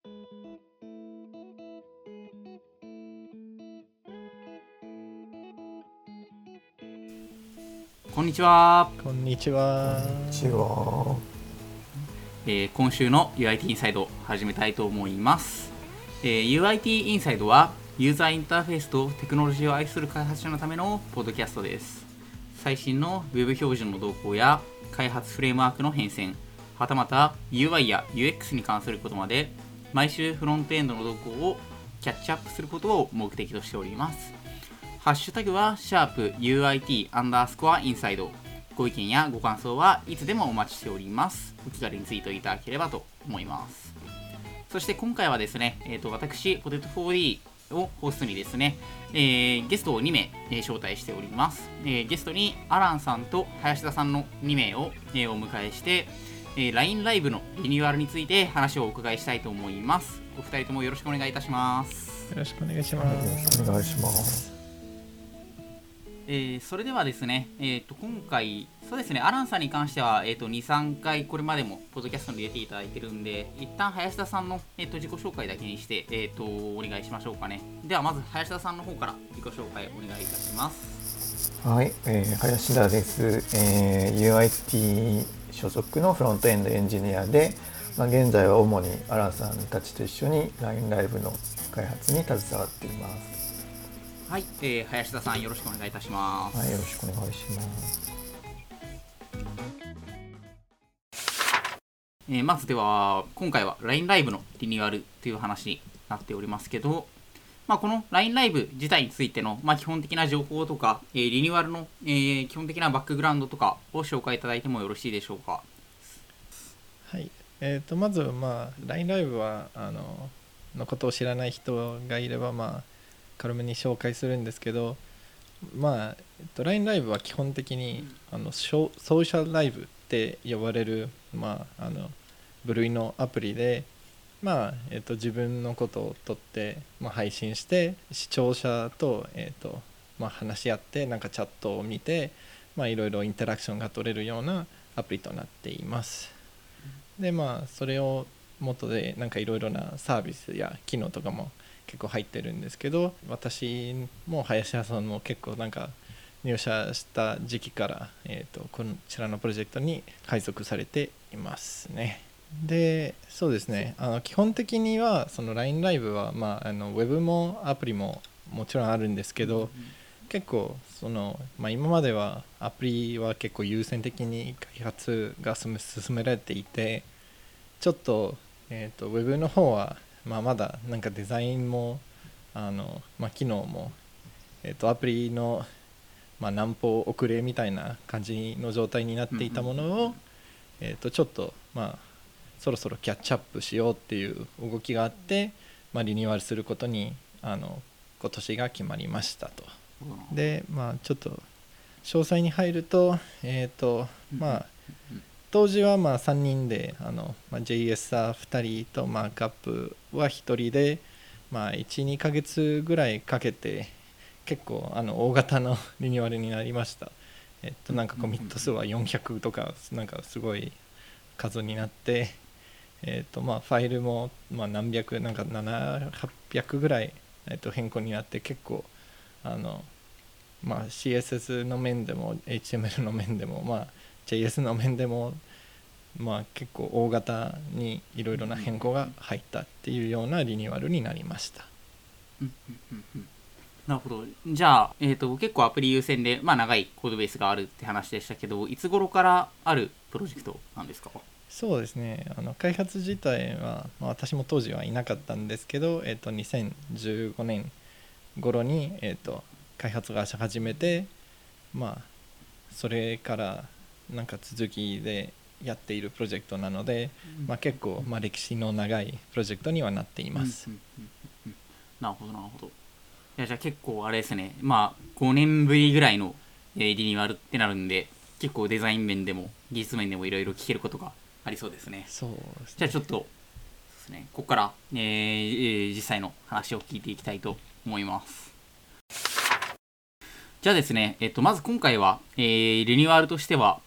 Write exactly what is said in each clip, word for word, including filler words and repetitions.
こんにちは。 こんにちは。 こんにちは。 えー、今週の ユーアイティー インサイド始めたいと思います。えー、ユーアイティー インサイドはユーザーインターフェースとテクノロジーを愛する開発者のためのポッドキャストです。最新の Web 標準の動向や開発フレームワークの変遷、はたまた ユーアイ や ユーエックス に関することまで毎週フロントエンドの動向をキャッチアップすることを目的としております。ハッシュタグはシャープ ユーアイティー アンダースコアインサイド。ご意見やご感想はいつでもお待ちしております。お気軽にツイートいただければと思います。そして今回はですね、えー、と私ポテト フォーディー をホストにですね、えー、ゲストをにめい、えー、招待しております。えー、ゲストにアランさんと林田さんのにめいを、えー、お迎えして、えー、ライン ライブのリニューアルについて話をお伺いしたいと思います。お二人ともよろしくお願いいたします。 よろしくお願いしまよろしす。 くお願いします。 えー、それではですね、えー、と今回、そうですね、アランさんに関しては、えー、とに、さんかいこれまでもポッドキャストに出ていただいてるんで、一旦林田さんの、えー、と自己紹介だけにして、えー、とお願いしましょうかね。ではまず林田さんの方から自己紹介お願いいたします。 はい、えー、林田です。えー、ユーアイティー 所属のフロントエンドエンジニアで、まあ、現在は主にアランさんたちと一緒に ライン ライブの開発に携わっています。 はい、えー、林田さんよろしくお願いいたします。 はい、よろしくお願いします。 えー、まずでは今回は ライン ライブのリニューアルという話になっておりますけど、まあ、この ライン ライブ自体についての、まあ、基本的な情報とか、えー、リニューアルの、えー、基本的なバックグラウンドとかを紹介いただいてもよろしいでしょうか。 はい。えっ、とまずまあ ライン ライブはあののことを知らない人がいればまあ軽めに紹介するんですけど、まあ、えっと、ライン ライブは基本的に、うん、あのソーシャルライブって呼ばれる、まあ、あの部類のアプリで、まあえっと、自分のことを撮って、まあ、配信して視聴者と、えっとまあ、話し合ってなんかチャットを見て、まあ、いろいろインタラクションが取れるようなアプリとなっています。でまあそれを元でなんかいろいろなサービスや機能とかも結構入ってるんですけど、私も林家さんも結構なんか入社した時期から、えー、とこちらのプロジェクトに配属されていますね。でそうですね、あの基本的にはその ライン ライブは、まあ、あのウェブもアプリももちろんあるんですけど、結構その、まあ、今まではアプリは結構優先的に開発が進められていて、ちょっと、えー、とウェブの方はまあ、まだなんかデザインもあの、まあ、機能も、えー、とアプリの、まあ、何歩遅れみたいな感じの状態になっていたものを、えー、とちょっと、まあ、そろそろキャッチアップしようっていう動きがあって、まあ、リニューアルすることにあの今年が決まりましたと。で、まあ、ちょっと詳細に入ると、えーとまあ当時はまあさんにんであの、まあ、ジェイエス サーふたりとマークアップはひとりで、まあ、いち、にかげつぐらいかけて結構あの大型のリニューアルになりました。えっとなんかコミット数はよんひゃくとかなんかすごい数になって、えっとまあファイルもまあ何百なんかななひゃく、はっぴゃくぐらいえっと変更になって結構あのまあ シーエスエス の面でも エイチティーエムエル の面でもまあジェイエス の面でもまあ結構大型にいろいろな変更が入ったっていうようなリニューアルになりました。 うんうんうんうん、なるほど。じゃあ、えーと、結構アプリ優先で、まあ、長いコードベースがあるって話でしたけど、いつ頃からあるプロジェクトなんですか？ そうですね、あの開発自体は、まあ、私も当時はいなかったんですけど、えーと、にせんじゅうごねん頃に、えーと、開発が始めて、まあそれからなんか続きでやっているプロジェクトなので、まあ、結構、まあ、歴史の長いプロジェクトにはなっています。 うんうんうんうん、なるほどなるほど。いやじゃあ結構あれですね、まあごねんぶりぐらいの、えー、リニューアルってなるんで、結構デザイン面でも技術面でもいろいろ聞けることがありそうですね。 そうですね。 じゃあちょっとそうですね、ここから、えー、実際の話を聞いていきたいと思います。じゃあですね、えっと、まず今回は、えー、リニューアルとしては、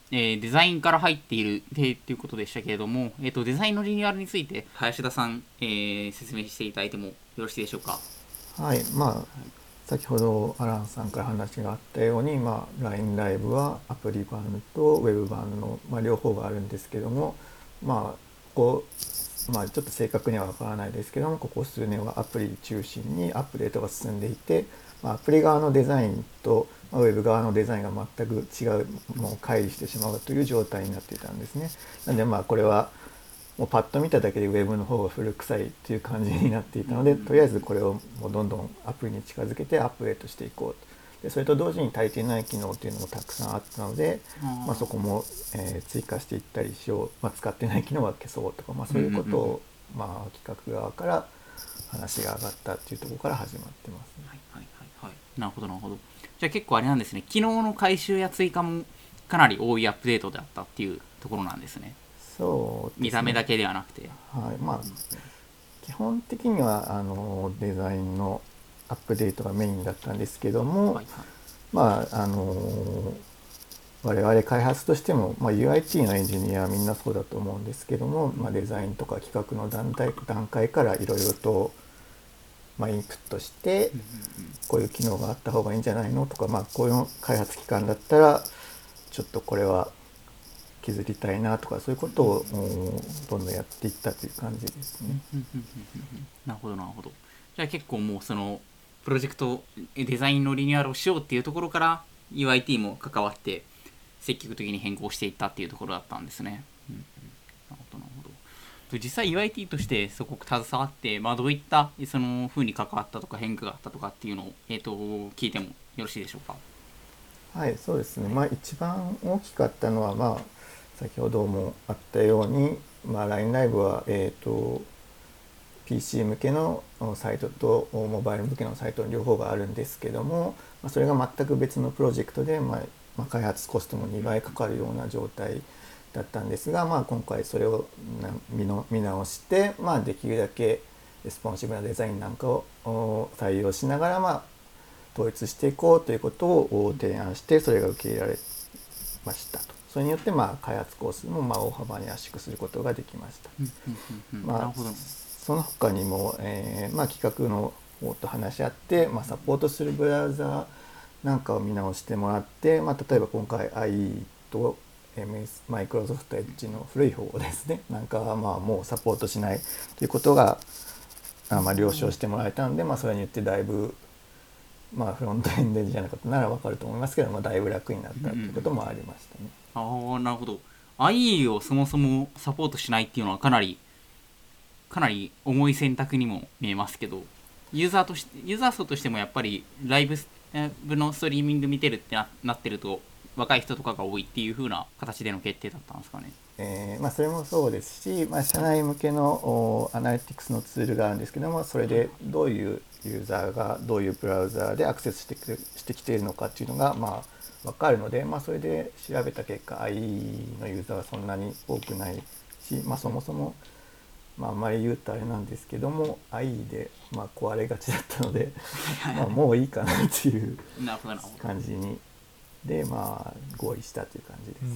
えー、デザインから入っているでということでしたけれども、えーと、デザインのリニューアルについて林田さん、えー、説明していただいてもよろしいでしょうか。 はい、まあ、はい、先ほどアランさんから話があったように、まあ、ライン ライブはアプリ版とウェブ版の、まあ、両方があるんですけども、まあこうまあ、ちょっと正確にはわからないですけども、ここ数年はアプリ中心にアップデートが進んでいて、まあ、アプリ側のデザインとウェブ側のデザインが全く違う、もう乖離してしまうという状態になっていたんですね。なのでまあこれはもうパッと見ただけでウェブの方が古臭いという感じになっていたので、とりあえずこれをもうどんどんアプリに近づけてアップデートしていこうと。でそれと同時に足りていない機能というのもたくさんあったので、まあ、そこも、えー、追加していったりしよう、まあ、使っていない機能は消そうとか、まあ、そういうことを、まあ、企画側から話が上がったっていうところから始まってますね。 はいはいはいはい、なるほどなるほど。じゃあ結構あれなんですね、機能の改修や追加もかなり多いアップデートであったっていうところなんですね。 そうですね、 見た目だけではなくて、 はい、まあ基本的にはあのデザインのアップデートがメインだったんですけども、はいはい、まああの我々開発としても、まあ、ユーアイティー のエンジニアはみんなそうだと思うんですけども、まあ、デザインとか企画の段階、段階からいろいろと、まあ、インプットしてこういう機能があった方がいいんじゃないのとか、まあ、こういう開発期間だったらちょっとこれは削りたいなとか、そういうことをどんどんやっていったという感じですね。 なるほどなるほど。じゃあ結構もうそのプロジェクトデザインのリニューアルをしようっていうところから ユーアイティー も関わって積極的に変更していったっていうところだったんですね。うんうん、なるほどなるほど。実際 ユーアイティー としてそこ携わって、まあ、どういったその風に関わったとか変化があったとかっていうのを、えーと、聞いてもよろしいでしょうか。 はい、そうですね。まあ一番大きかったのは、まあ先ほどもあったように、まあ、ライン ライブは、えーと、ピーシー 向けのサイトとモバイル向けのサイトの両方があるんですけども、まあ、それが全く別のプロジェクトで、まあまあ、開発コストもにばいかかるような状態だったんですが、まあ、今回それを見の見直して、まあ、できるだけレスポンシブなデザインなんかを採用しながら、まあ、統一していこうということを提案して、それが受け入れられましたと。それによってまあ開発コースもまあ大幅に圧縮することができました。まあその他にも、えー、まあ企画の方と話し合って、まあ、サポートするブラウザーなんかを見直してもらって、まあ、例えば今回 アイイー と エムエス マイクロソフトエッジの古い方ですねなんかはまあもうサポートしないということがあまあ了承してもらえたので、まあ、それによってだいぶまあフロントエンドじゃなかったなら分かると思いますけど、まあ、だいぶ楽になったということもありましたね。 うん、ああなるほど。 アイイー をそもそもサポートしないっていうのはかなりかなり重い選択にも見えますけど、ユーザーとしてユーザー層としてもやっぱりライブのストリーミング見てるって な, なってると若い人とかが多いっていう風な形での決定だったんですかね。 えーまあ、それもそうですし、まあ、社内向けのアナリティクスのツールがあるんですけども、それでどういうユーザーがどういうブラウザーでアクセスしてきて、してきているのかっていうのがまあ分かるので、まあ、それで調べた結果 アイイー のユーザーはそんなに多くないし、まあ、そもそも、まあ、あまり言うとあれなんですけども アイイー でまあ壊れがちだったのでまあもういいかなっていう感じにでまあ合意したという感じです、うん。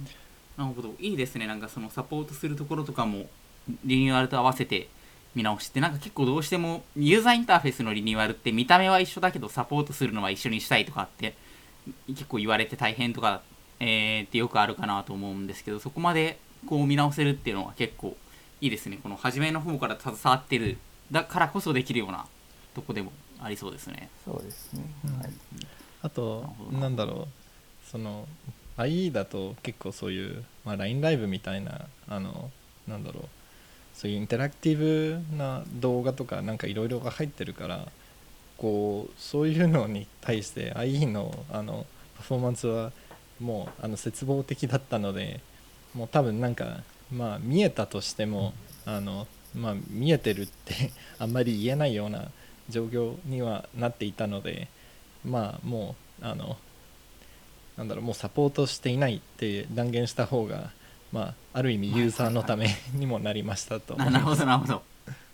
なるほど、いいですね。なんかそのサポートするところとかもリニューアルと合わせて見直して、なんか結構どうしてもユーザーインターフェースのリニューアルって見た目は一緒だけどサポートするのは一緒にしたいとかって結構言われて大変とか、えー、ってよくあるかなと思うんですけど、そこまでこう見直せるっていうのは結構いいですね。この初めの方から携わってるだからこそできるようなとこでもありそうですね。 そうですね、はい。 あとなんだろう、その アイイー だと結構そういう、まあ、ライン ライブみたいなあのなんだろう、そういうインタラクティブな動画とかなんかいろいろが入ってるから、こうそういうのに対して アイイー の, あのパフォーマンスはもうあの絶望的だったので、もう多分なんかまあ見えたとしてもあの、まあ、見えてるってあんまり言えないような状況にはなっていたので、まあもうあのなんだろう、もうサポートしていないって断言した方が、まあ、ある意味ユーザーのためにもなりましたと思います。 なるほどなるほど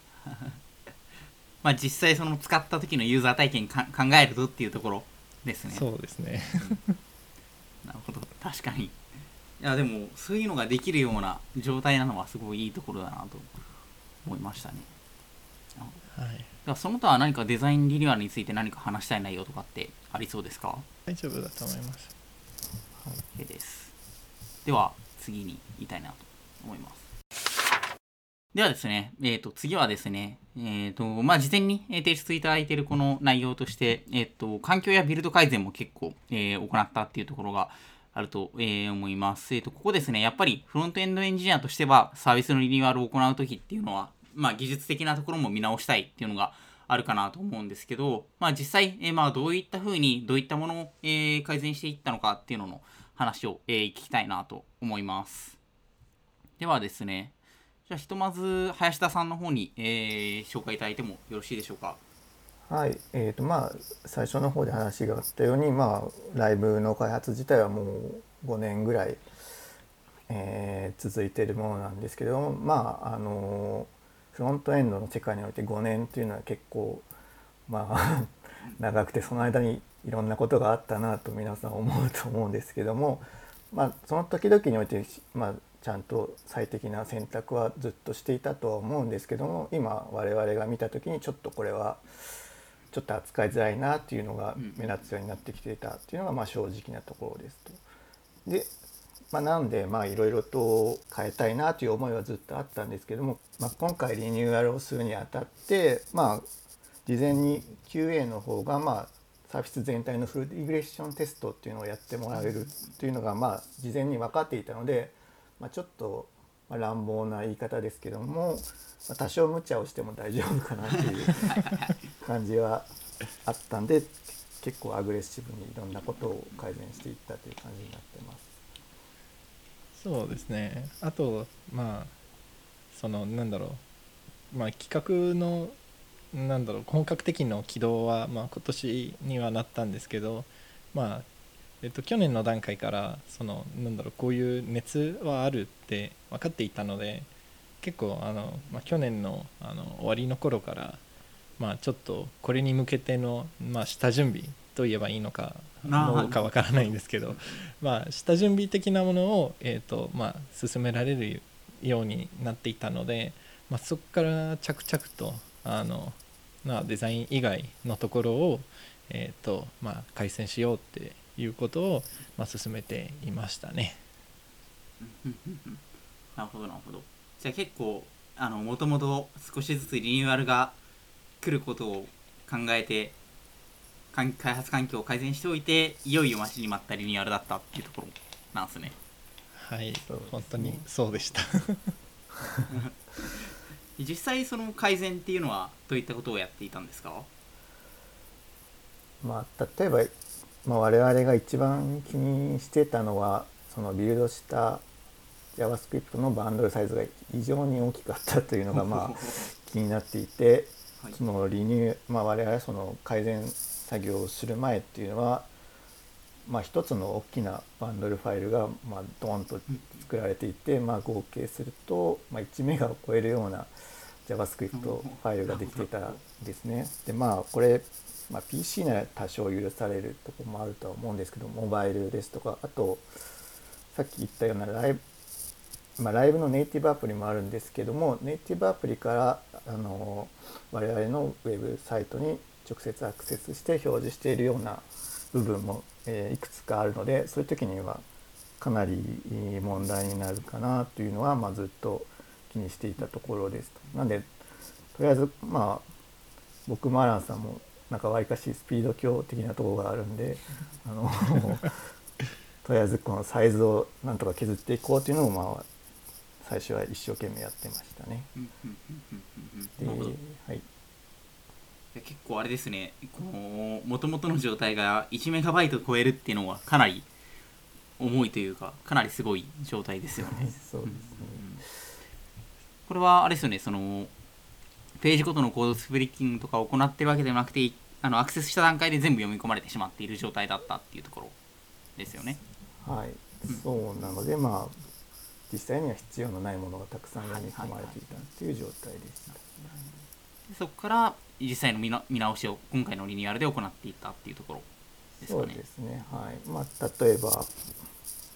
まあ実際その使った時のユーザー体験か考えるとっていうところですね。 そうですね、 うん、なるほど、確かにいやでもそういうのができるような状態なのはすごいいいところだなと思いましたね。 はい、 だからその他は何かデザインリニューアルについて何か話したい内容とかってありそうですか？ 大丈夫だと思います。 はい、OK です。では次に言いたいなと思います。ではですね、えー、と次はですね、えーとまあ、事前に提出いただいているこの内容として、えー、と環境やビルド改善も結構、えー、行ったっていうところがあると、えー、思います。えー、とここですね、やっぱりフロントエンドエンジニアとしてはサービスのリニューアルを行うときっていうのは、まあ、技術的なところも見直したいっていうのがあるかなと思うんですけど、まあ、実際、えーまあ、どういったふうにどういったものを、えー、改善していったのかっていうのの話を、えー、聞きたいなと思います。ではですね、じゃあひとまず林田さんの方に、えー、紹介いただいてもよろしいでしょうか。 はい、えーとまあ、最初の方で話があったように、まあ、ライブの開発自体はもうごねんぐらい、えー続いているものなんですけれども、まああのフロントエンドの世界においてごねんというのは結構、まあ、長くてその間にいろんなことがあったなと皆さん思うと思うんですけども、まあ、その時々において、まあ、ちゃんと最適な選択はずっとしていたとは思うんですけども、今我々が見た時にちょっとこれはちょっと扱いづらいなっていうのが目立つようになってきていたっていうのがまあ正直なところですと。で、まあ、なのでまあいろいろと変えたいなという思いはずっとあったんですけども、まあ、今回リニューアルをするにあたってまあ事前に キューエー の方がまあサービス全体のフルリグレッションテストっていうのをやってもらえるというのがまあ事前に分かっていたので、まあ、ちょっと乱暴な言い方ですけども、まあ、多少無茶をしても大丈夫かなという感じはあったんで、結構アグレッシブにいろんなことを改善していったという感じになってます。 そうですね。あとまあそのなんだろう、まあ企画のなんだろう本格的な起動は、まあ、今年にはなったんですけど、まあえっと、去年の段階からそのなんだろうこういう熱はあるって分かっていたので、結構あの、まあ、去年の、あの終わりの頃から、まあ、ちょっとこれに向けての、まあ、下準備といえばいいのかどうか分からないんですけど、まあ、下準備的なものを、えーとまあ、進められるようになっていたので、まあ、そこから着々とあの、まあ、デザイン以外のところを、えーとまあ、改善しようっていうことを、まあ、進めていましたね。 なるほどなるほど。じゃあ結構あのもともと少しずつリニューアルが来ることを考えて開発環境を改善しておいて、いよいよ待ちに待ったリニューアルだったっていうところなんですね。 はい、本当にそうでした実際その改善っていうのはどういったことをやっていたんですか？ まあ、例えば、まあ、我々が一番気にしてたのはそのビルドした JavaScript のバンドルサイズが異常に大きかったというのがまあ気になっていて、はい、そのリニュー、まあ、我々はその改善作業をする前っていうのは、まあ、一つの大きなバンドルファイルがまあドーンと作られていて、まあ、合計するとまあいちメガを超えるような JavaScript ファイルができていたんですね。でまあこれまあ、ピーシー なら多少許されるところもあるとは思うんですけど、モバイルですとか、あとさっき言ったようなライブ、まあ、ライブのネイティブアプリもあるんですけども、ネイティブアプリからあの我々のウェブサイトに直接アクセスして表示しているような部分も、えー、いくつかあるので、そういう時にはかなり問題になるかなというのは、まあ、ずっと気にしていたところです。なんでとりあえずまあ僕もアランさんもなんかわりかしスピード強的なところがあるんで、あのとりあえずこのサイズをなんとか削っていこうというのをまあ最初は一生懸命やってましたね。 で、はい、結構あれですね、この元々の状態がいちメガバイト超えるっていうのはかなり重いというか、かなりすごい状態ですよね。 そうですね。 これはあれですよね、そのページごとのコードスプリッティングとかを行っているわけではなくて、あのアクセスした段階で全部読み込まれてしまっている状態だったっていうところですよね。 はい、うん、そうなのでまあ実際には必要のないものがたくさん読み込まれていたっていう状態でした。 そこから実際の見な見直しを今回のリニューアルで行っていったっていうところですかね。 そうですね。はい。まあ例えば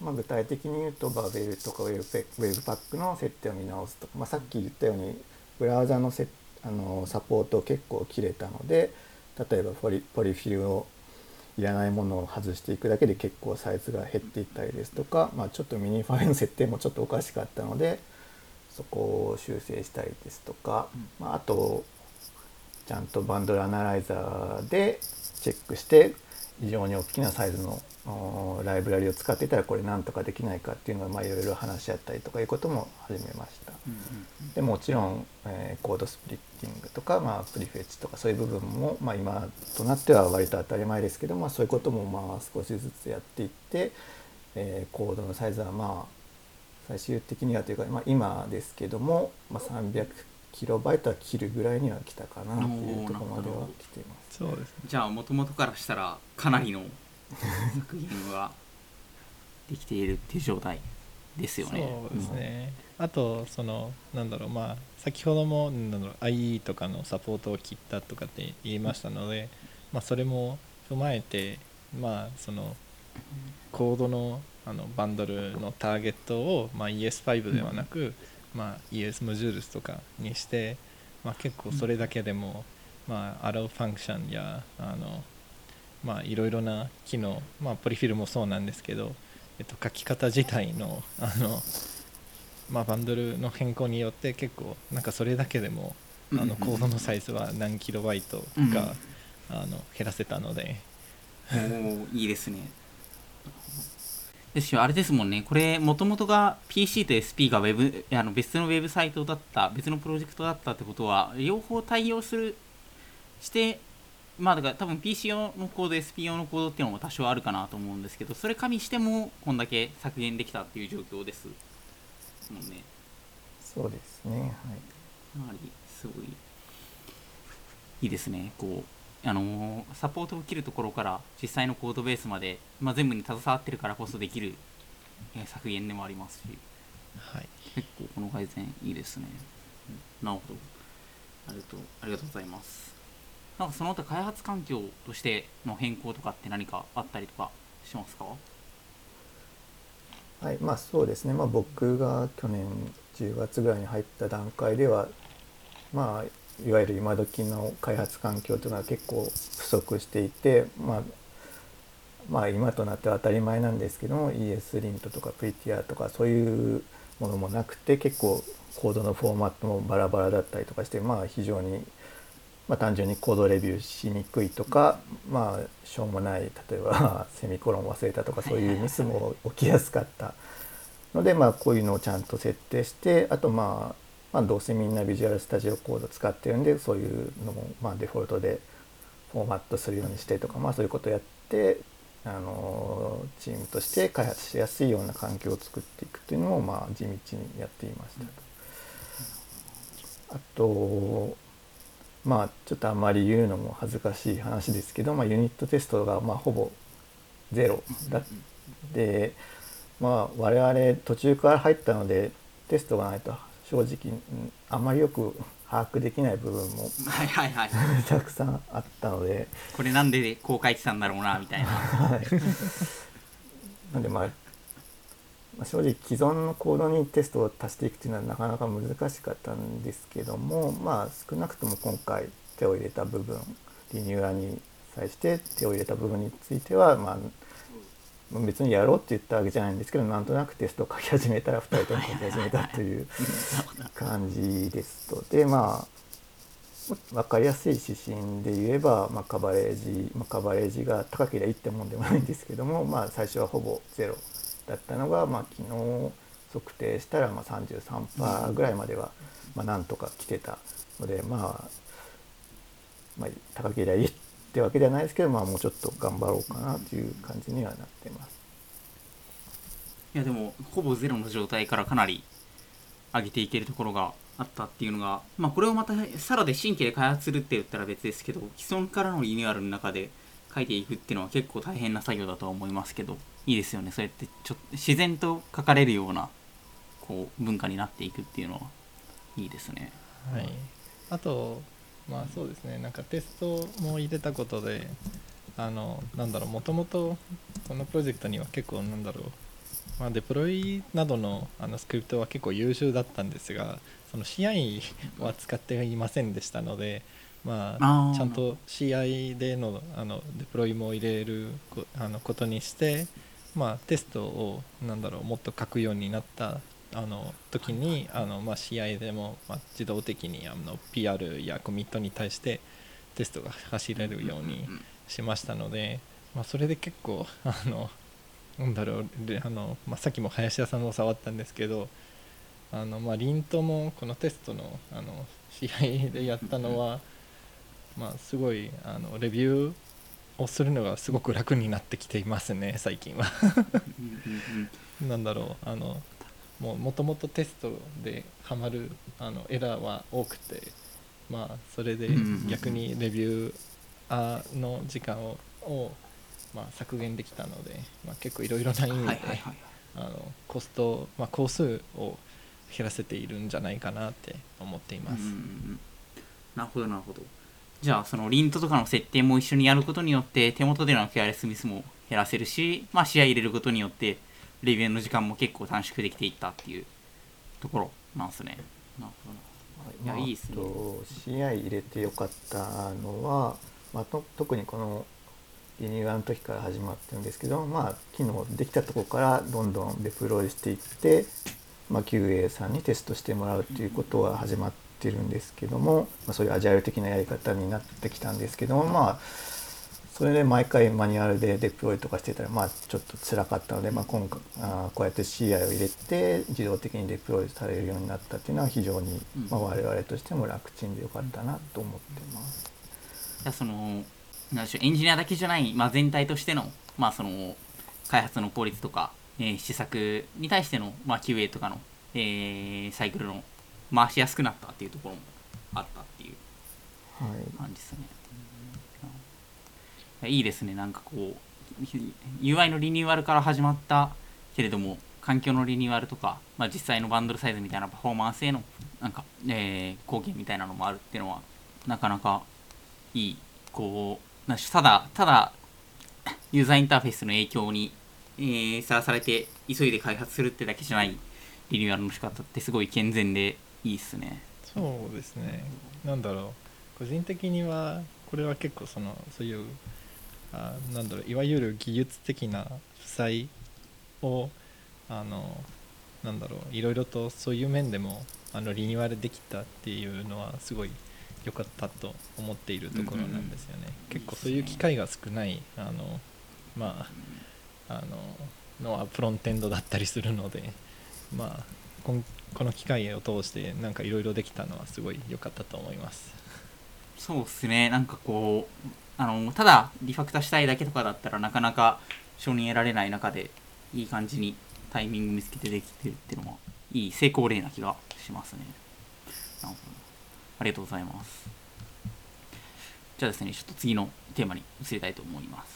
まあ、具体的に言うとバーベルとかウェブペウェブパックの設定を見直すとか、まあ、さっき言ったようにブラウザのせあのサポート結構切れたので、例えばポリ、ポリフィルをいらないものを外していくだけで結構サイズが減っていったりですとか、まあ、ちょっとミニファイルの設定もちょっとおかしかったのでそこを修正したりですとか、まあ、あとちゃんとバンドルアナライザーでチェックして非常に大きなサイズのライブラリを使っていたらこれなんとかできないかっていうのをまあいろいろ話し合ったりとかいうことも始めました。 うんうんうん、 でもちろん、えー、コードスプリッティングとか、まあ、プリフェッチとかそういう部分も、まあ、今となっては割と当たり前ですけど、まあ、そういうこともまあ少しずつやっていって、えー、コードのサイズはまあ最終的にはというか、まあ、今ですけども、まあ、さんびゃくキロバイトは切るぐらいには来たかなというところまでは来ています。 そうですね。 じゃあもともとからしたらかなりの削減ができているっていう状態ですよね。 そうですね、うん、あとそのなんだろう、まあ先ほどもなんだろう アイイー とかのサポートを切ったとかって言いましたので、まあ、それも踏まえて、まあそのコードのあのバンドルのターゲットを、まあ、イーエスファイブ ではなく、うん、まあ、イーエス モジュールスとかにして、まあ、結構それだけでも、まあ、allow ファンクションやあの、まあ、いろいろな機能、まあ、ポリフィルもそうなんですけど、えっと、書き方自体の、あの、まあ、バンドルの変更によって結構なんかそれだけでも、うん、あのコードのサイズは何キロバイトか、うん、あの減らせたので、 おーいいですね。ですしあれですもんね、これもともとが ピーシー と エスピー がウェブあの別のウェブサイトだった、別のプロジェクトだったってことは両方対応するしてまあだから多分 ピーシー 用のコード エスピー 用のコードっていうのも多少あるかなと思うんですけど、それ加味してもこんだけ削減できたっていう状況ですもんね。 そうですね、はい、かなりすごいいいですね。こうあのー、サポートを切るところから実際のコードベースまで、まあ、全部に携わってるからこそできる、えー、削減でもありますし、 はい、 結構この改善いいですね。なるほど、ありがとうありがとうございます。なんかその他開発環境としての変更とかって何かあったりとかしますか？ はい、まあそうですね、まあ、僕が去年じゅうがつぐらいに入った段階ではまあいわゆる今時の開発環境というのは結構不足していて、まあ、まあ今となっては当たり前なんですけども イーエス リントとか プリティア とかそういうものもなくて結構コードのフォーマットもバラバラだったりとかして、まあ非常に、まあ、単純にコードレビューしにくいとか、まあしょうもない例えばセミコロン忘れたとかそういうミスも起きやすかったので、まあこういうのをちゃんと設定して、あとまあまあ、どうせみんなビジュアルスタジオコード使ってるんでそういうのもまあデフォルトでフォーマットするようにしてとか、まあ、そういうことをやってあのチームとして開発しやすいような環境を作っていくっていうのもまあ地道にやっていましたと。あとまあちょっとあまり言うのも恥ずかしい話ですけど、まあ、ユニットテストがまあほぼゼロだってまあ我々途中から入ったのでテストがないと正直あんまりよく把握できない部分もはいはいはいたくさんあったので、 これなんでこう書いてたんだろうなみたいなはい、 なんでまあ、まあ、正直既存のコードにテストを足していくっていうのはなかなか難しかったんですけども、まあ少なくとも今回手を入れた部分リニューアルに際して手を入れた部分についてはまあ別にやろうって言ったわけじゃないんですけど、なんとなくテストを書き始めたらふたりとも書き始めたという感じですと。でまあ分かりやすい指針で言えば、まあ、カバレージ、まあ、カバレージが高ければいいってもんでもないんですけども、まあ、最初はほぼゼロだったのが、まあ、昨日測定したらまあ さんじゅうさんパーセント ぐらいまではまあなんとか来てたので、まあ、まあ高ければいいってわけではないですけど、まあ、もうちょっと頑張ろうかなという感じにはなってます。 いやでもほぼゼロの状態からかなり上げていけるところがあったっていうのが、まあこれをまたさらで新規で開発するって言ったら別ですけど、既存からのリニューアルの中で書いていくっていうのは結構大変な作業だとは思いますけど、いいですよね。そうやってちょっと自然と書かれるようなこう文化になっていくっていうのはいいですね。 はい。あとまあそうですね、なんかテストも入れたことで、あのなんだろう、もともとこのプロジェクトには結構なんだろうまあ、デプロイなど の, あのスクリプトは結構優秀だったんですが、その シーアイ は使っていませんでしたので、まあ、ちゃんと シーアイ で の, あのデプロイも入れる こ, あのことにして、まあ、テストをなんだろうもっと書くようになったあの時に、あの、まあ、シーアイ でも、まあ、自動的にあの ピーアール やコミットに対してテストが走れるようにしましたので、まあ、それで結構あのなんだろうあの、まあ、さっきも林田さんも触ったんですけど、あの、まあ、リントもこのテスト の, あの試合でやったのは、まあ、すごいあのレビューをするのがすごく楽になってきていますね最近はなんだろうあのもともとテストでハマるあのエラーは多くて、まあ、それで逆にレビューの時間を、をまあ、削減できたので、まあ、結構いろいろな意味で、はいはいはい、あのコスト、まあ、工数を減らせているんじゃないかなって思っています。うんうん、 なるほどなるほど。じゃあそのリントとかの設定も一緒にやることによって手元でのケアレスミスも減らせるし、まあ、試合入れることによってレビューの時間も結構短縮できていったっていうところなんですね。なるほどな。いや、いいですね。 シーアイ 入れてよかったのは、まあ、と特にこのリニューアルの時から始まってるんですけど、まあ、機能できたところからどんどんデプロイしていって、まあ、キューエー さんにテストしてもらうということは始まってるんですけども、まあ、そういうアジャイル的なやり方になってきたんですけども、まあそれで毎回マニュアルでデプロイとかしてたら、まあちょっと辛かったので、まあ、今回あこうやって シーアイ を入れて自動的にデプロイされるようになったっていうのは非常に、まあ、我々としても楽ちんでよかったなと思ってます。 じゃあそのなんでしょうエンジニアだけじゃない、まあ、全体としての、まあ、その開発の効率とか、えー、施策に対しての、まあ、キューエー とかの、えー、サイクルの回しやすくなったっていうところもあったっていう感じですね。はい、いいですね。なんかこう ユーアイ のリニューアルから始まったけれども環境のリニューアルとか、まあ、実際のバンドルサイズみたいなパフォーマンスへのなんか、えー、貢献みたいなのもあるっていうのはなかなかいいこうなただただユーザーインターフェースの影響にさら、えー、されて急いで開発するってだけじゃないリニューアルの仕方ってすごい健全でいいっすね。 そうですね。なんだろう個人的にはこれは結構そのそういうあなんだろういわゆる技術的な負債をあのなんだろういろいろとそういう面でもあのリニューアルできたっていうのはすごい良かったと思っているところなんですよね。うんうんうん、結構そういう機会が少ないあのまああののはフロントエンドだったりするので、まあこんこの機会を通してなんかいろいろできたのはすごい良かったと思います。 そうですね。なんかこうあのただリファクターしたいだけとかだったらなかなか承認得られない中でいい感じにタイミング見つけてできてるっていうのはいい成功例な気がしますね。なるほど、ありがとうございます。じゃあですね、ちょっと次のテーマに移りたいと思います。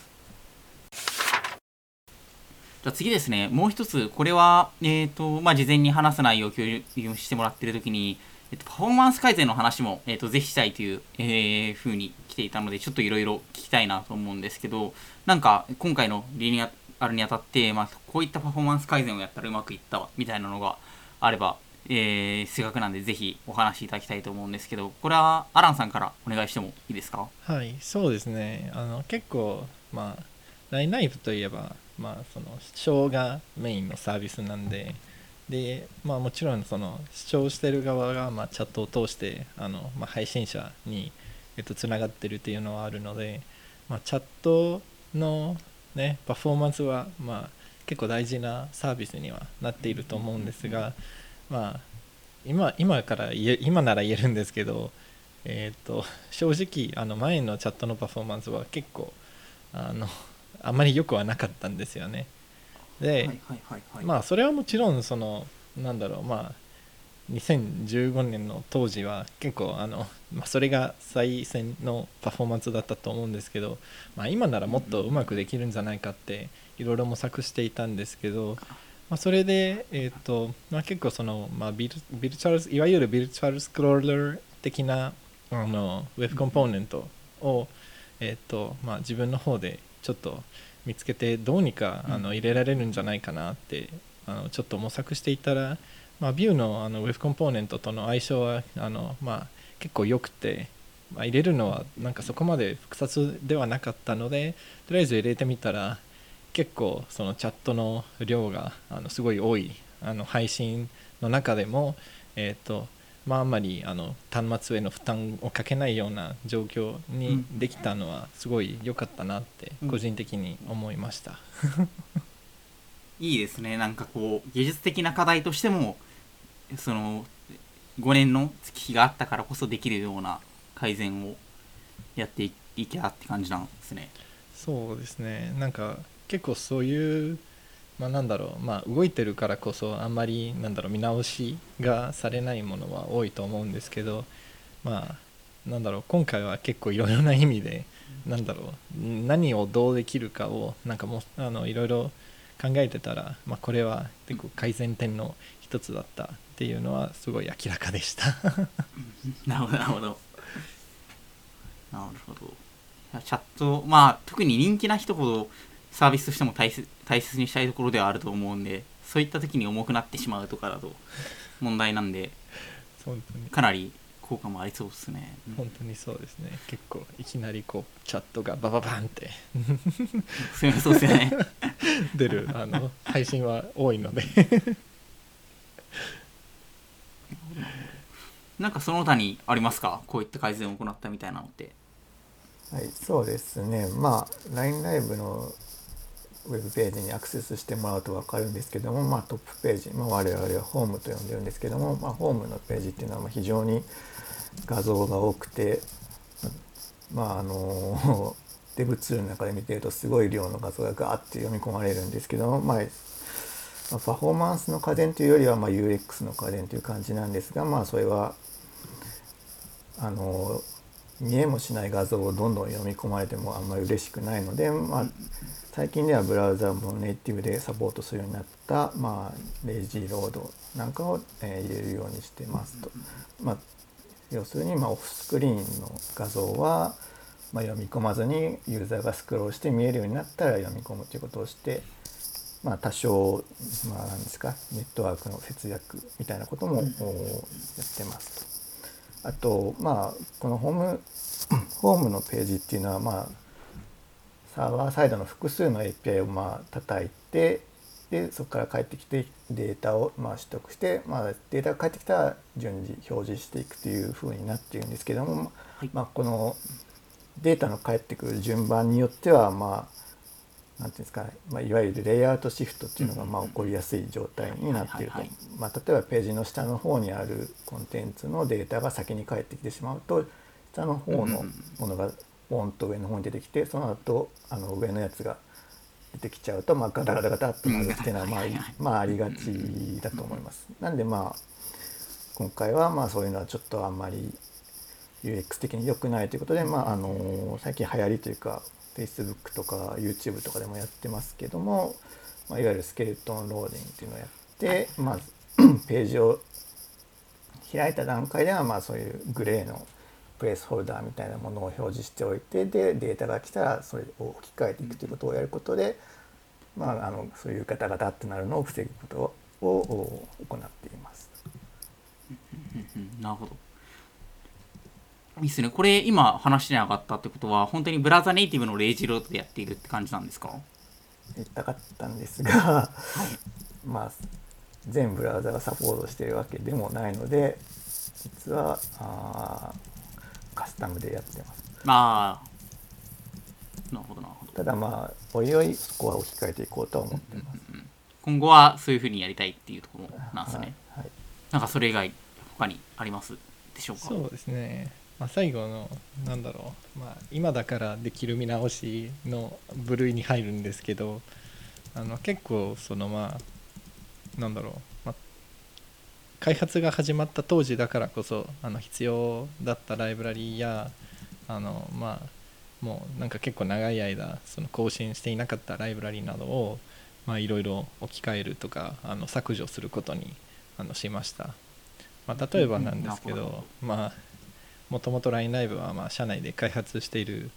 じゃあ次ですね、もう一つこれは、えーとまあ、事前に話す内容を共有してもらっているときに、えっと、パフォーマンス改善の話も、えー、とぜひしたいという、えー、風に来ていたのでちょっといろいろ聞きたいなと思うんですけど、なんか今回のリニューアルにあたって、まあ、こういったパフォーマンス改善をやったらうまくいったわみたいなのがあれば、えー、せっかくなんでぜひお話しいただきたいと思うんですけど、これはアランさんからお願いしてもいいですか？ はい、そうですね。あの結構まあ ライン ライブといえば、まあ、その視聴がメインのサービスなんで、でまあ、もちろんその視聴してる側がまあチャットを通してあの、まあ、配信者に、えっと、つながってるっていうのはあるので、まあ、チャットの、ね、パフォーマンスは、まあ、結構大事なサービスにはなっていると思うんですが、まあ、今, 今から言え今なら言えるんですけど、えー、と正直あの前のチャットのパフォーマンスは結構あのあまり良くはなかったんですよね。で、はいはいはいはい、まあそれはもちろんそのなんだろうまあにせんじゅうごねんの当時は結構あの、まあ、それが最先のパフォーマンスだったと思うんですけど、まあ、今ならもっとうまくできるんじゃないかっていろいろ模索していたんですけど、まあ、それで、えーとまあ、結構その、まあ、ビルビルチャルいわゆるビルチャルスクローラー的なあのウェブコンポーネントを、えーとまあ、自分の方でちょっと見つけてどうにかあの入れられるんじゃないかなってあのちょっと模索していたら、まあ、Vue のあの Web コンポーネントとの相性はあの、まあ、結構良くて、まあ、入れるのはなんかそこまで複雑ではなかったのでとりあえず入れてみたら結構そのチャットの量があのすごい多いあの配信の中でも、えーとまあ、あんまりあの端末への負担をかけないような状況にできたのはすごい良かったなって個人的に思いました、 うん、いいですね。なんかこう技術的な課題としてもそのごねんの月日があったからこそできるような改善をやっていきゃって感じなんですね。 そうですね。なんか結構そういうまあなんだろう、まあ動いてるからこそあんまりなんだろう見直しがされないものは多いと思うんですけど、まあなんだろう今回は結構いろいろな意味でなんだろう何をどうできるかをなんかもうあのいろいろ考えてたら、まあこれは結構改善点の一つだったっていうのはすごい明らかでしたなるほどなるほどなるほど。チャット、まあ特に人気な人ほどサービスとしても大切、大切にしたいところではあると思うんで、そういった時に重くなってしまうとかだと問題なんで本当にかなり効果もありそうですね。 本当にそうですね。結構いきなりこうチャットがバババンってそうですよね出るあの配信は多いのでなんかその他にありますか、こういった改善を行ったみたいなのって。 はい、そうですね。まあ ライン ライブのウェブページにアクセスしてもらうと分かるんですけども、まあ、トップページ、まあ、我々はホームと呼んでるんですけども、まあ、ホームのページっていうのは非常に画像が多くて、まああのデブツールの中で見てるとすごい量の画像がガーッて読み込まれるんですけども、まあ、パフォーマンスの家電というよりはまあ ユーエックス の家電という感じなんですが、まあ、それはあの見えもしない画像をどんどん読み込まれてもあんまり嬉しくないので、まあ、最近ではブラウザもネイティブでサポートするようになった、まあ、レイジーロードなんかを、えー、入れるようにしてますと。まあ、要するに、まあ、オフスクリーンの画像は、まあ、読み込まずにユーザーがスクロールして見えるようになったら読み込むということをして、まあ、多少、まあ、なんですかネットワークの節約みたいなこともやってますと。あと、まあ、このホーム、ホームのページっていうのは、まあ、サーバーサイドの複数の エーピーアイ をまあ叩いて、でそこから返ってきてデータをまあ取得して、まあ、データが返ってきたら順次表示していくというふうになっているんですけども、はい、まあ、このデータの返ってくる順番によっては、まあ、なんていうんですか、まあ、いわゆるレイアウトシフトっていうのがまあ起こりやすい状態になっていると。まあ、例えばページの下の方にあるコンテンツのデータが先に返ってきてしまうと、下の方のものがポンと上の方に出てきて、その後あの上のやつが出てきちゃうと、まあ、ガタガタガタっとなるっていうのは、まあ、まあありがちだと思います。なんでまあ今回はまあそういうのはちょっとあんまり ユーエックス 的に良くないということで、まあ、あの最近流行りというか Facebook とか YouTube とかでもやってますけども、まあ、いわゆるスケルトンローディングっていうのをやって、まあ、ページを開いた段階ではまあそういうグレーのプレイスホルダーみたいなものを表示しておいて、でデータが来たらそれを置き換えていくということをやることで、まあ、あのそういうガタガタってなるのを防ぐことを行っています。 なるほど。いいですね。これ今話に上がったってことは本当にブラウザネイティブのレイジーロードでやっているって感じなんですか？ 言ったかったんですがまあ全ブラウザがサポートしているわけでもないので、実はあカスタムでやってます。 まあ、なるほどなるほど。 ただまあおいおいそこは置き換えていこうとは思ってます。 うんうんうん、今後はそういうふうにやりたいっていうところなんですね。 はいはい、 なんかそれ以外他にありますでしょうか？ そうですね。まあ、最後のなんだろう、まあ、今だからできる見直しの部類に入るんですけど、あの結構そのまあなんだろう、まあ、開発が始まった当時だからこそあの必要だったライブラリやあのまあもうなんか結構長い間その更新していなかったライブラリなどをいろいろ置き換えるとかあの削除することにあのしました。まあ、例えばなんですけど、まあもともと ライン ライブはまあ社内で開発している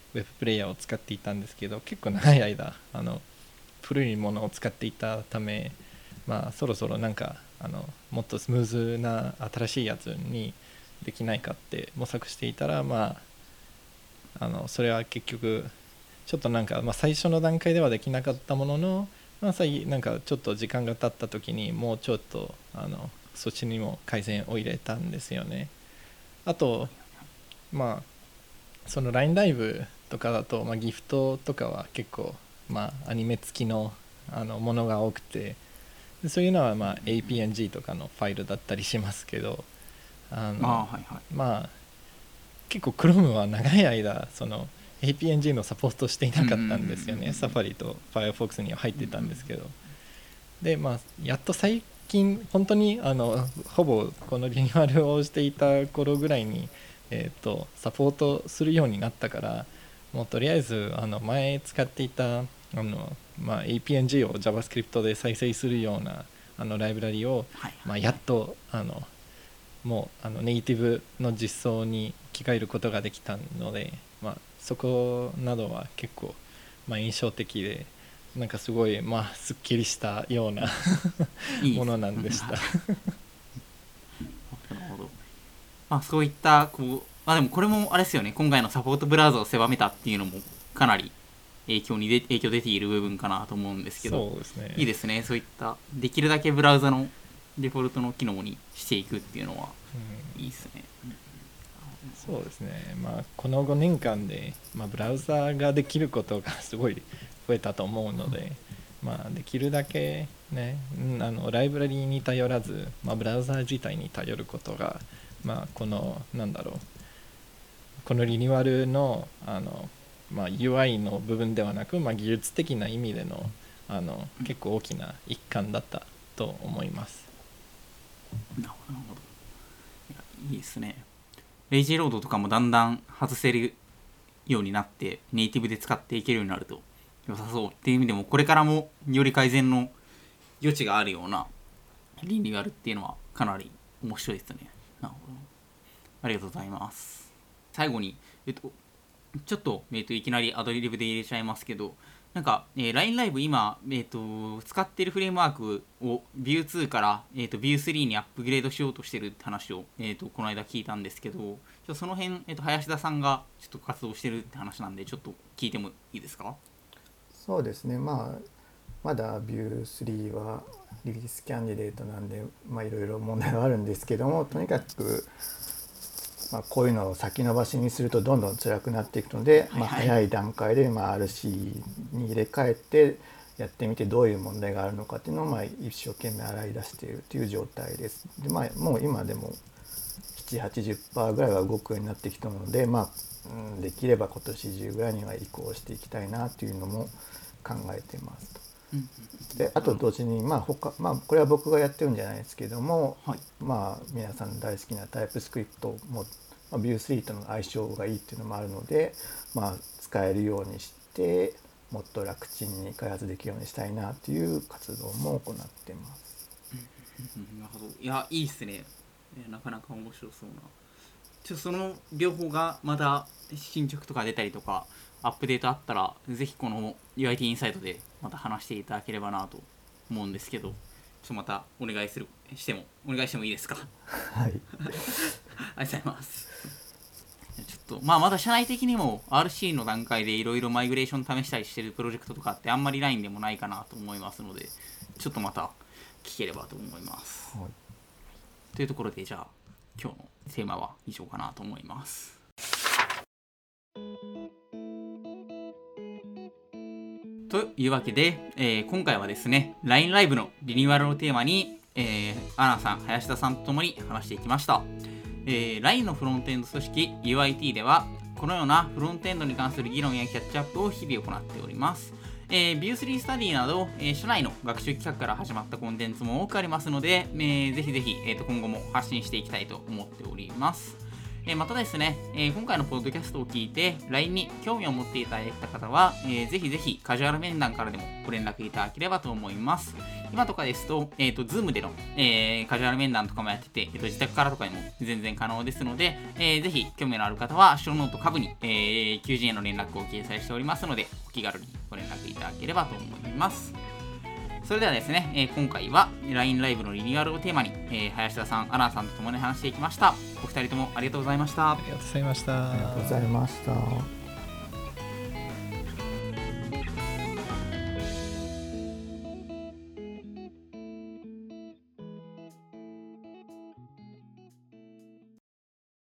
ウェブプレイヤーを使っていたんですけど、結構長い間あの古いものを使っていたため、まあ、そろそろなんかあのもっとスムーズな新しいやつにできないかって模索していたら、まあ、あのそれは結局ちょっとなんか、まあ、最初の段階ではできなかったものの、まあ、なんかちょっと時間が経った時にもうちょっとあのそっちにも改善を入れたんですよね。あとまあその ライン ライブとかだと、まあ、ギフトとかは結構、まあ、アニメ付きの、あのものが多くて、でそういうのは、まあ、エーピーエヌジー とかのファイルだったりしますけど、あのあ、はいはい、 まあ結構 Chrome は長い間その エーピーエヌジー のサポートしていなかったんですよね。サファリと Firefox には入ってたんですけど、でまあやっと最近本当にあのほぼこのリニューアルをしていた頃ぐらいに、えー、とサポートするようになったから、もうとりあえずあの前使っていたあの、まあ、エーピーエヌジー を JavaScript で再生するようなあのライブラリを、 はいはい、 まあ、やっとあのもうあのネイティブの実装に置き換えることができたので、まあ、そこなどは結構、まあ、印象的で、なんかすごい、まあ、すっきりしたようないいものなんでした。なるほど。まあ、そういったこう、まあ、でもこれもあれですよね、今回のサポートブラウザを狭めたっていうのもかなり影響にで影響出ている部分かなと思うんですけど、 そうですね、 いいですね、そういったできるだけブラウザのデフォルトの機能にしていくっていうのは、うん、いいですね。 そうですね、まあ、このごねんかんで、まあ、ブラウザができることがすごい増えたと思うので、まあ、できるだけ、ね、あのライブラリに頼らず、まあ、ブラウザ自体に頼ることが、まあ、このなんだろうこのリニューアルの、あの、まあ、ユーアイ の部分ではなく、まあ、技術的な意味での、あの結構大きな一環だったと思います。 なるほど、いいですね。レイジーロードとかもだんだん外せるようになってネイティブで使っていけるようになると良さそうっていう意味でも、これからもより改善の余地があるようなリニューアルっていうのはかなり面白いですね。なるほど、ありがとうございます。最後に、えっと、ちょっと、えっと、いきなりアドリブで入れちゃいますけど、なんか、えー、ライン ライブ今、えー、と使っているフレームワークを ビューツー から、えー、と ビュースリー にアップグレードしようとしてるって話を、えー、とこの間聞いたんですけど、ちょっとその辺、えー、と林田さんがちょっと活動してるって話なんで、ちょっと聞いてもいいですか？ そうですね、まあまだ ビュースリー はリリースキャンディデートなんで、まあいろいろ問題はあるんですけども、とにかくまあ、こういうのを先延ばしにするとどんどん辛くなっていくので、まあ、早い段階でまあ アールシー に入れ替えてやってみてどういう問題があるのかっていうのをまあ一生懸命洗い出しているという状態です。で、まあ、もう今でも ななじゅうはちじゅっパーセント ぐらいは動くようになってきたので、まあ、うん、できれば今年中ぐらいには移行していきたいなというのも考えてますと。であと同時に、まあ他まあ、これは僕がやってるんじゃないですけども、はい、まあ、皆さん大好きなタイプスクリプトも、まあ、ビュースリー との相性がいいっていうのもあるので、まあ、使えるようにしてもっと楽ちんに開発できるようにしたいなという活動も行ってます。 なるほど、いやいいですね、なかなか面白そうな。ちょその両方がまた進捗とか出たりとかアップデートあったら、ぜひこの ユーアイティー インサイドでまた話していただければなと思うんですけど、ちょっとまたお願いするしてもお願いしてもいいですか？ はい。ありがとうございます。ちょっとまあまだ社内的にも アールシー の段階でいろいろマイグレーション試したりしてるプロジェクトとかってあんまりラインでもないかなと思いますので、ちょっとまた聞ければと思います。はい、というところで、じゃあ今日のテーマは以上かなと思います。というわけで、えー、今回はですね ライン ライブのリニューアルをテーマに、えー、アナさん、林田さんとともに話していきました。えー、ライン のフロントエンド組織 ユーアイティー ではこのようなフロントエンドに関する議論やキャッチアップを日々行っております。えー、ビュースリー スタディなど、えー、社内の学習企画から始まったコンテンツも多くありますので、えー、ぜひぜひ、えー、と今後も発信していきたいと思っております。 えー、またですね、えー、今回のポッドキャストを聞いて ライン に興味を持っていただいた方は、えー、ぜひぜひカジュアル面談からでもご連絡いただければと思います。今とかですと、えーと、Zoom での、えー、カジュアル面談とかもやってて、えーと、自宅からとかでも全然可能ですので、えー、ぜひ興味のある方は、ショーノート下部に、えー、求人への連絡を掲載しておりますので、お気軽にご連絡いただければと思います。それではですね、えー、今回は ライン ライブのリニューアルをテーマに、えー、林田さん、アランさんと共に話していきました。お二人ともありがとうございました。 ありがとうございました。 ありがとうございました。